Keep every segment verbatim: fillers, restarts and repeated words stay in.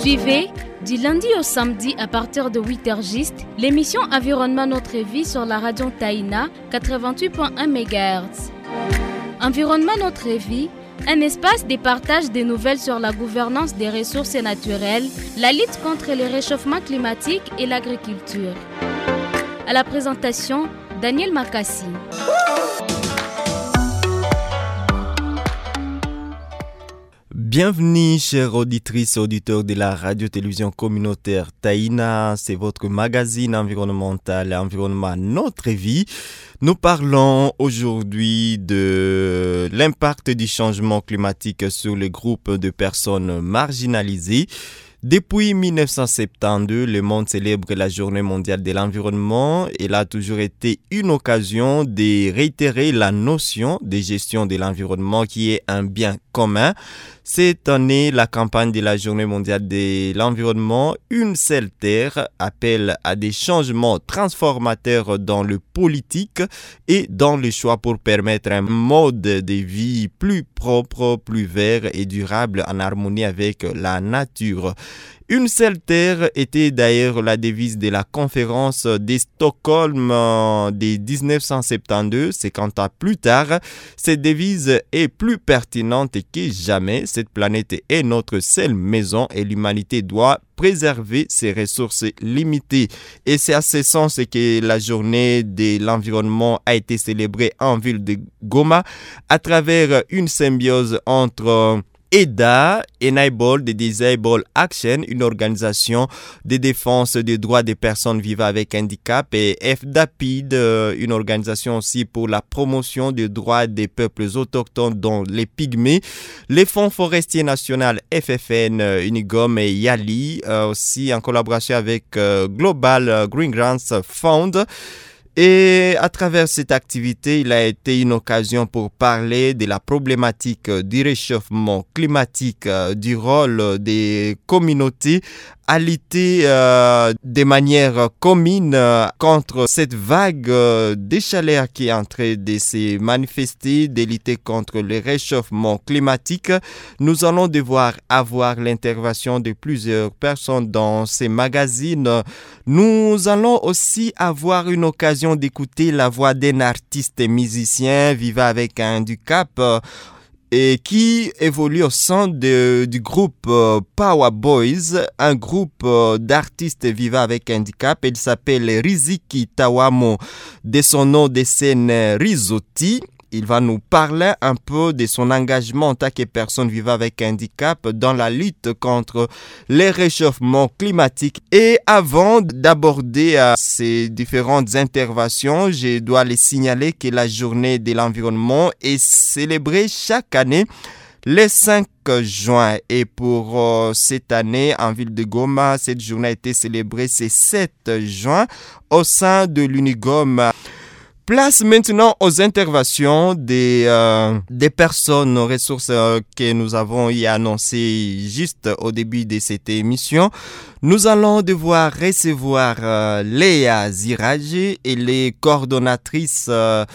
Suivez, du lundi au samedi à partir de huit heures juste, l'émission Environnement Notre Vie sur la radio Taïna quatre-vingt-huit virgule un mégahertz. Environnement Notre Vie, un espace de partage des nouvelles sur la gouvernance des ressources naturelles, la lutte contre le réchauffement climatique et l'agriculture. À la présentation, Daniel Makassi. Bienvenue, chères auditrices et auditeurs de la radio-télévision communautaire Taïna. C'est votre magazine environnemental et environnement Notre Vie. Nous parlons aujourd'hui de l'impact du changement climatique sur les groupes de personnes marginalisées. Depuis dix-neuf cent soixante-douze, le monde célèbre la Journée mondiale de l'environnement. Elle a toujours été une occasion de réitérer la notion de gestion de l'environnement qui est un bien commun. Cette année, la campagne de la Journée mondiale de l'environnement, Une seule terre, appelle à des changements transformateurs dans le politique et dans le choix pour permettre un mode de vie plus propre, plus vert et durable en harmonie avec la nature. Une seule terre était d'ailleurs la devise de la conférence de Stockholm de dix-neuf cent soixante-douze. cinquante ans plus tard, cette devise est plus pertinente que jamais. Cette planète est notre seule maison et l'humanité doit préserver ses ressources limitées. Et c'est à ce sens que la journée de l'environnement a été célébrée en ville de Goma à travers une symbiose entre E D A, Enable the Disabled Action, une organisation de défense des droits des personnes vivant avec handicap, et F D A P I D, une organisation aussi pour la promotion des droits des peuples autochtones dont les pygmées, les fonds forestiers nationaux F F N, Unigom et Yali, aussi en collaboration avec Global Green Grants Fund. Et à travers cette activité, il a été une occasion pour parler de la problématique du réchauffement climatique, du rôle des communautés à lutter euh, de manière commune euh, contre cette vague euh, de chaleur qui est en train de se manifester, de lutter contre le réchauffement climatique. Nous allons devoir avoir l'intervention de plusieurs personnes dans ces magazines. Nous allons aussi avoir une occasion d'écouter la voix d'un artiste et musicien vivant avec un handicap euh, et qui évolue au sein de, du groupe euh, Power Boys, un groupe euh, d'artistes vivant avec handicap. Il s'appelle Riziki Tawamo, de son nom de scène Rizoti. Il va nous parler un peu de son engagement en tant que personne vivant avec handicap dans la lutte contre les réchauffements climatiques. Et avant d'aborder euh, ces différentes interventions, je dois les signaler que la journée de l'environnement est célébrée chaque année le cinq juin. Et pour euh, cette année, en ville de Goma, cette journée a été célébrée ce sept juin au sein de l'Unigom. Place maintenant aux interventions des, euh, des personnes aux ressources euh, que nous avons y annoncé juste au début de cette émission. Nous allons devoir recevoir euh, Léa Zirage, elle est coordonnatrice euh,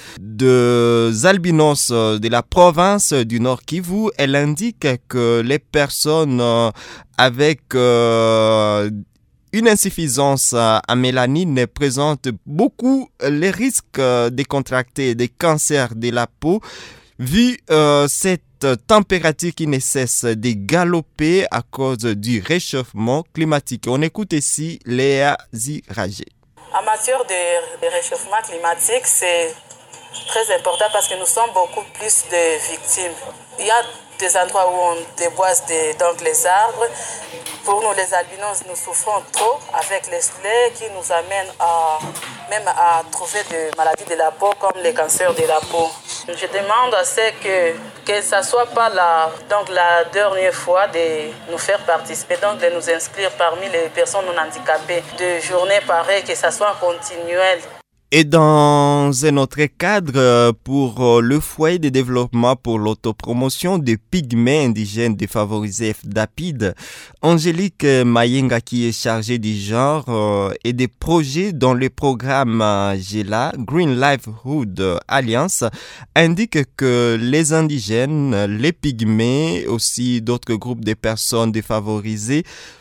des albinos euh, de la province du Nord Kivu. Elle indique que les personnes euh, avec euh, une insuffisance en mélanine présente beaucoup les risques de contracter des cancers de la peau, vu euh, cette température qui ne cesse de galoper à cause du réchauffement climatique. On écoute ici Léa Zirage. En matière de, de réchauffement climatique, c'est très important parce que nous sommes beaucoup plus de victimes. Il y a des endroits où on déboise des, donc les arbres. Pour nous, les albinos, nous souffrons trop avec les slaies qui nous amènent à, même à trouver des maladies de la peau comme les cancers de la peau. Je demande à ce que, que ça ne soit pas la, donc la dernière fois de nous faire participer, donc de nous inscrire parmi les personnes non handicapées de journées pareilles, que ça soit continuel. Et dans un autre cadre, pour le foyer de développement pour l'autopromotion des pygmées indigènes défavorisés F D A P I D, Angélique Mayenga, qui est chargée du genre et des projets dans le programme G L A, Green Livelihood Alliance, indique que les indigènes, les pygmées, aussi d'autres groupes de personnes défavorisées,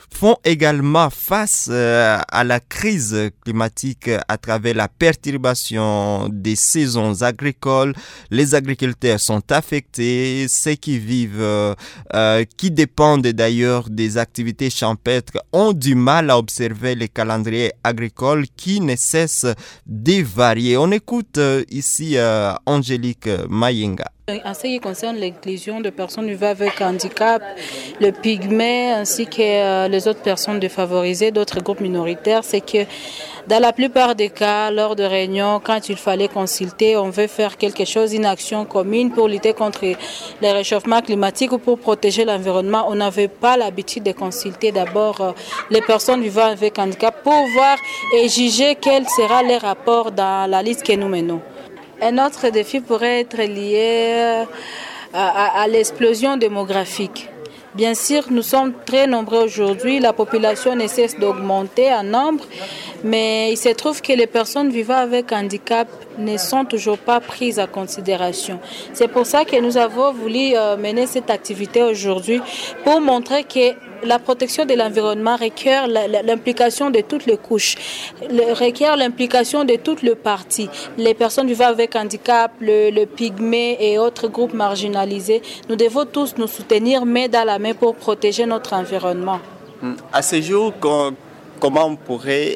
font également face euh, à la crise climatique à travers la perturbation des saisons agricoles. Les agriculteurs sont affectés, ceux qui vivent, euh, euh, qui dépendent d'ailleurs des activités champêtres ont du mal à observer les calendriers agricoles qui ne cessent de varier. On écoute euh, ici euh, Angélique Mayenga. En ce qui concerne l'inclusion de personnes vivant avec handicap, le pygmée ainsi que euh, les autres personnes défavorisées, d'autres groupes minoritaires, c'est que dans la plupart des cas, lors de réunions, quand il fallait consulter, on veut faire quelque chose, une action commune pour lutter contre le réchauffement climatique ou pour protéger l'environnement, on n'avait pas l'habitude de consulter d'abord euh, les personnes vivant avec handicap pour voir et juger quel sera leur rapport dans la liste que nous menons. Un autre défi pourrait être lié à, à, à l'explosion démographique. Bien sûr, nous sommes très nombreux aujourd'hui, la population ne cesse d'augmenter en nombre, mais il se trouve que les personnes vivant avec handicap ne sont toujours pas prises en considération. C'est pour ça que nous avons voulu mener cette activité aujourd'hui pour montrer que la protection de l'environnement requiert l'implication de toutes les couches, requiert l'implication de toutes les parties. Les personnes vivant avec handicap, le, le pygmée et autres groupes marginalisés, nous devons tous nous soutenir main dans la main pour protéger notre environnement. À ce jour, comment on pourrait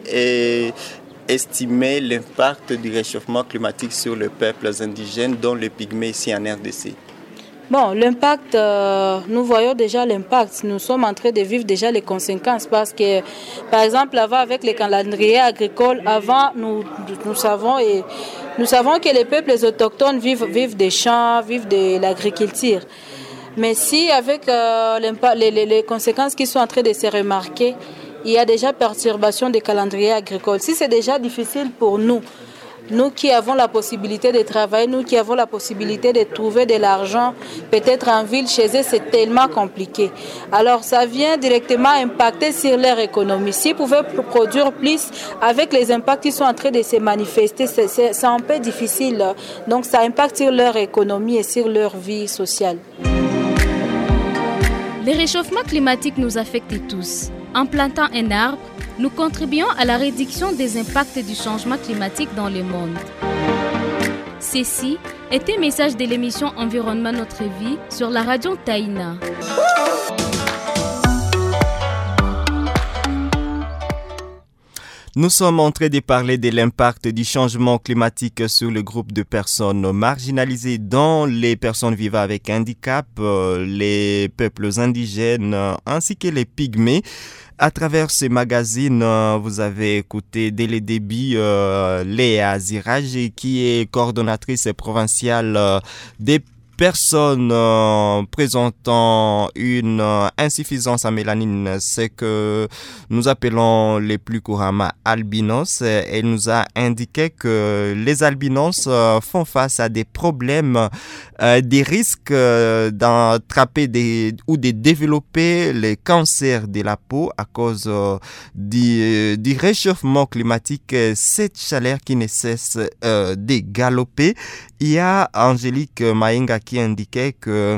estimer l'impact du réchauffement climatique sur les peuples indigènes, dont les pygmées ici en R D C? Bon, l'impact, euh, nous voyons déjà l'impact. Nous sommes en train de vivre déjà les conséquences parce que, par exemple, avant avec les calendriers agricoles, avant, nous, nous savons et nous savons que les peuples autochtones vivent, vivent des champs, vivent de l'agriculture. Mais si avec euh, les, les, les conséquences qui sont en train de se remarquer, il y a déjà perturbation des calendriers agricoles. Si c'est déjà difficile pour nous, nous qui avons la possibilité de travailler, nous qui avons la possibilité de trouver de l'argent, peut-être en ville, chez eux, c'est tellement compliqué. Alors, ça vient directement impacter sur leur économie. S'ils pouvaient produire plus, avec les impacts qui sont en train de se manifester, c'est, c'est, c'est un peu difficile. Donc, ça impacte sur leur économie et sur leur vie sociale. Le réchauffement climatique nous affecte tous. En plantant un arbre, nous contribuons à la réduction des impacts du changement climatique dans le monde. Ceci est un message de l'émission Environnement Notre Vie sur la radio Taïna. Nous sommes en train de parler de l'impact du changement climatique sur le groupe de personnes marginalisées, dont les personnes vivant avec handicap, les peuples indigènes ainsi que les pygmées. À travers ce magazine, vous avez écouté dès le début euh, Léa Zirage, qui est coordonnatrice provinciale euh, des personnes euh, présentant une euh, insuffisance en mélanine, c'est que nous appelons les plus couramment albinos. Elle nous a indiqué que les albinos euh, font face à des problèmes, euh, des risques euh, d'attraper des, ou de développer les cancers de la peau à cause euh, du, du réchauffement climatique, cette chaleur qui ne cesse euh, de galoper. Il y a Angélique Mayenga qui indiquait que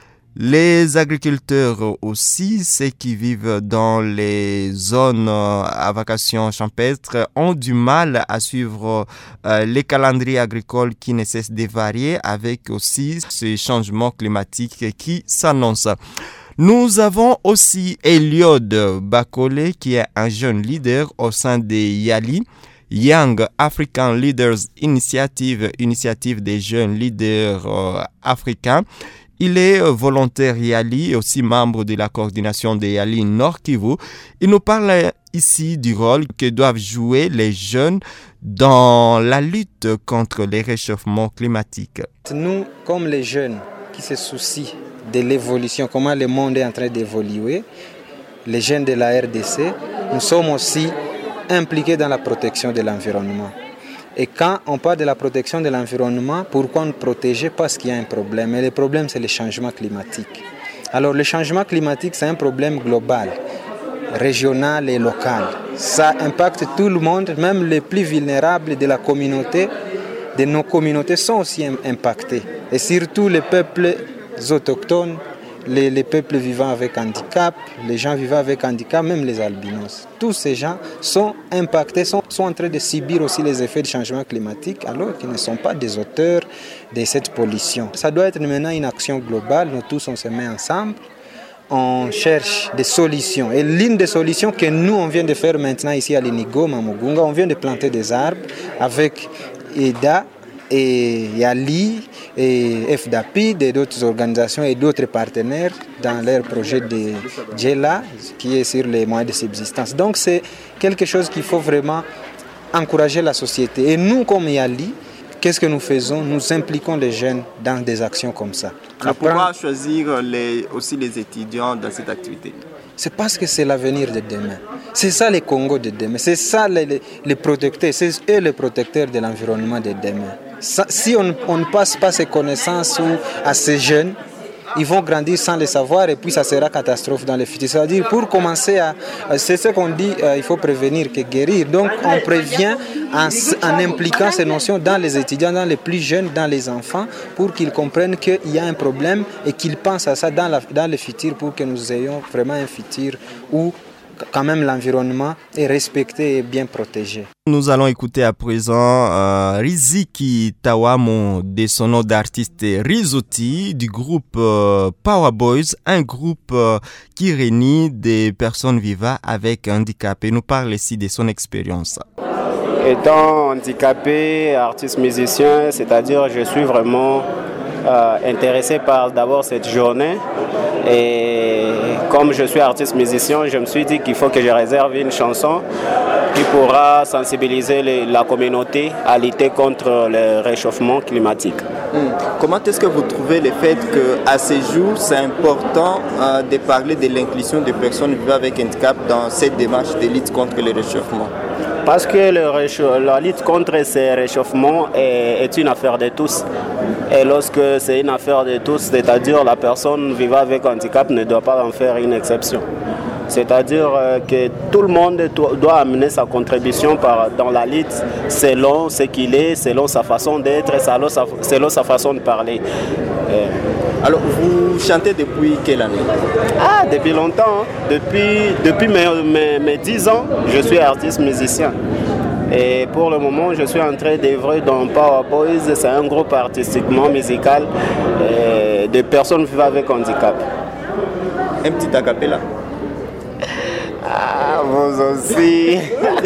les agriculteurs aussi, ceux qui vivent dans les zones à vocation champêtre, ont du mal à suivre euh, les calendriers agricoles qui ne cessent de varier avec aussi ces changements climatiques qui s'annoncent. Nous avons aussi Eliud Bakole qui est un jeune leader au sein des Yali. Young African Leaders Initiative, initiative des jeunes leaders euh, africains. Il est euh, volontaire Yali et aussi membre de la coordination des Yali Nord Kivu. Il nous parle ici du rôle que doivent jouer les jeunes dans la lutte contre les réchauffements climatiques. Nous, comme les jeunes qui se soucient de l'évolution, comment le monde est en train d'évoluer, les jeunes de la R D C, nous sommes aussi impliqués dans la protection de l'environnement. Et quand on parle de la protection de l'environnement, pourquoi nous protéger? Parce qu'il y a un problème. Et le problème, c'est le changement climatique. Alors, le changement climatique, c'est un problème global, régional et local. Ça impacte tout le monde, même les plus vulnérables de la communauté, de nos communautés sont aussi impactés. Et surtout les peuples autochtones, les, les peuples vivant avec handicap, les gens vivant avec handicap, même les albinos. Tous ces gens sont impactés, sont, sont en train de subir aussi les effets du changement climatique alors qu'ils ne sont pas des auteurs de cette pollution. Ça doit être maintenant une action globale, nous tous on se met ensemble. On cherche des solutions. Et l'une des solutions que nous, on vient de faire maintenant ici à l'Inigo, Mamugunga, on vient de planter des arbres avec E D A et Yali et F D A P I D et d'autres organisations et d'autres partenaires dans leur projet de Djela qui est sur les moyens de subsistance. Donc c'est quelque chose qu'il faut vraiment encourager la société. Et nous, comme Yali, qu'est-ce que nous faisons? Nous impliquons les jeunes dans des actions comme ça. Alors pourquoi choisir les, aussi les étudiants dans cette activité? C'est parce que c'est l'avenir de demain. C'est ça les Congo de demain. C'est ça les, les, les protecteurs. C'est eux les protecteurs de l'environnement de demain. Ça, si on, on ne passe pas ces connaissances à ces jeunes, ils vont grandir sans le savoir et puis ça sera catastrophe dans le futur. C'est-à-dire pour commencer à... C'est ce qu'on dit, euh, il faut prévenir que guérir. Donc on prévient en, en impliquant ces notions dans les étudiants, dans les plus jeunes, dans les enfants, pour qu'ils comprennent qu'il y a un problème et qu'ils pensent à ça dans, la, dans le futur pour que nous ayons vraiment un futur où quand même l'environnement est respecté et bien protégé. Nous allons écouter à présent euh, Riziki Tawamo, de son nom d'artiste Rizoti, du groupe euh, Power Boys, un groupe euh, qui réunit des personnes vivant avec handicap. Et nous parle ici de son expérience. Étant handicapé, artiste musicien, c'est-à-dire je suis vraiment euh, intéressé par d'abord cette journée. Et comme je suis artiste musicien, je me suis dit qu'il faut que je réserve une chanson qui pourra sensibiliser les, la communauté à lutter contre le réchauffement climatique. Hum. Comment est-ce que vous trouvez le fait qu'à ce jour, c'est important euh, de parler de l'inclusion des personnes vivant avec handicap dans cette démarche de lutte contre le réchauffement? Parce que le réchauffe, la lutte contre ces réchauffements est, est une affaire de tous. Et lorsque c'est une affaire de tous, c'est-à-dire la personne vivant avec handicap ne doit pas en faire une exception. C'est-à-dire que tout le monde doit amener sa contribution par, dans la lutte selon ce qu'il est, selon sa façon d'être, selon sa, selon sa façon de parler. Et alors, vous chantez depuis quelle année? Ah, depuis longtemps. Hein. Depuis, depuis mes, mes, mes dix ans, je suis artiste musicien. Et pour le moment, je suis en train d'œuvrer dans Power Boys. C'est un groupe artistiquement musical de personnes vivant avec handicap. Un petit acapella. Ah, vous aussi.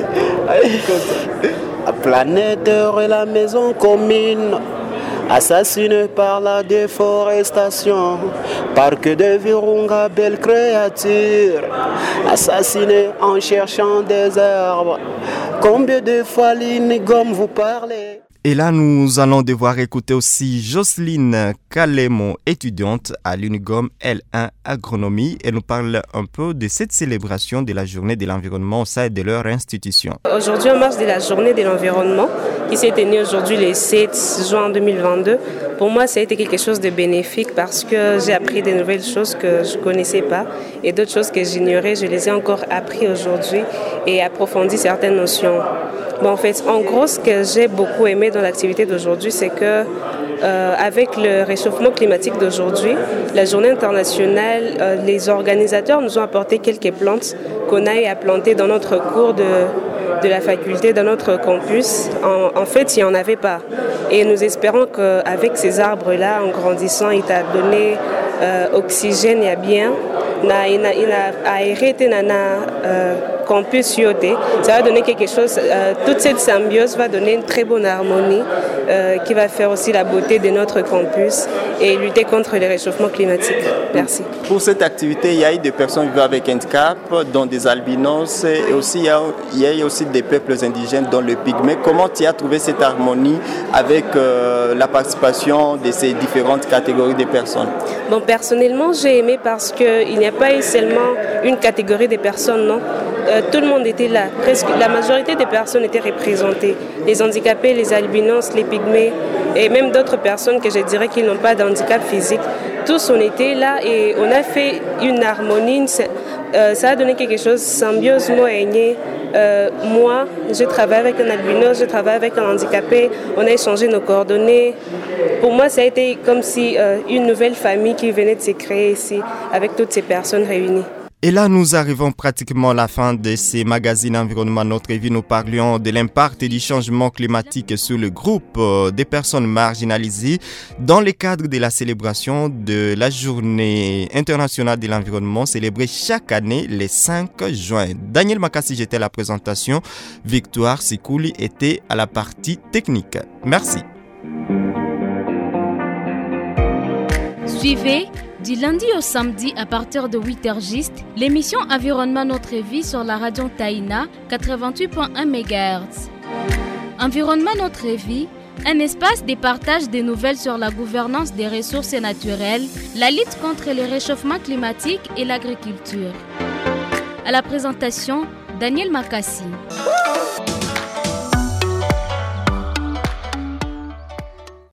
La planète est la maison commune, assassinée par la déforestation. Parc de Virunga, belle créature, assassinée en cherchant des arbres. Combien de fois l'Inigom vous parlez? Et là, nous allons devoir écouter aussi Jocelyne Kalemo, étudiante à l'Unigom L un Agronomie. Elle nous parle un peu de cette célébration de la journée de l'environnement au sein de leur institution. Aujourd'hui, on marche de la journée de l'environnement qui s'est tenue aujourd'hui le sept juin deux mille vingt-deux. Pour moi, ça a été quelque chose de bénéfique parce que j'ai appris de nouvelles choses que je ne connaissais pas et d'autres choses que j'ignorais. Je les ai encore appris aujourd'hui et approfondi certaines notions. Bon, en fait, en gros, ce que j'ai beaucoup aimé dans l'activité d'aujourd'hui, c'est que euh, avec le réchauffement climatique d'aujourd'hui, la journée internationale, euh, les organisateurs nous ont apporté quelques plantes qu'on a eu à planter dans notre cours de, de la faculté, dans notre campus. En, en fait, il n'y en avait pas. Et nous espérons qu'avec ces arbres-là, en grandissant, il t'a donné euh, oxygène et bien. Na, ina, ina aéré nana euh, campus yoté, ça va donner quelque chose, euh, toute cette symbiose va donner une très bonne harmonie euh, qui va faire aussi la beauté de notre campus et lutter contre le réchauffement climatique. Merci. Pour cette activité, il y a eu des personnes vivant avec handicap, dont des albinos et aussi il y a, il y a eu aussi des peuples indigènes dont le pygmée. Comment tu as trouvé cette harmonie avec euh, la participation de ces différentes catégories de personnes? Bon, personnellement, j'ai aimé parce qu'il n'y a pas eu seulement une catégorie de personnes, non. Euh, tout le monde était là. Presque la majorité des personnes étaient représentées. Les handicapés, les albinos, les pygmées et même d'autres personnes que je dirais qui n'ont pas de handicap physique. Tous on était là et on a fait une harmonie, une, euh, ça a donné quelque chose. Symbiose Moigné. Euh, moi, je travaille avec un albinos, je travaille avec un handicapé. On a échangé nos coordonnées. Pour moi, ça a été comme si euh, une nouvelle famille qui venait de se créer ici, avec toutes ces personnes réunies. Et là, nous arrivons pratiquement à la fin de ces magazines Environnement Notre Vie. Nous parlions de l'impact du changement climatique sur le groupe des personnes marginalisées dans le cadre de la célébration de la Journée internationale de l'environnement célébrée chaque année le cinq juin. Daniel Makassi, j'étais à la présentation. Victoire Sikouli était à la partie technique. Merci. Suivez du lundi au samedi à partir de huit heures juste, l'émission Environnement Notre Vie sur la radio Taïna quatre-vingt-huit virgule un mégahertz. Environnement Notre Vie, un espace de partage des nouvelles sur la gouvernance des ressources naturelles, la lutte contre le réchauffement climatique et l'agriculture. À la présentation, Daniel Makassi.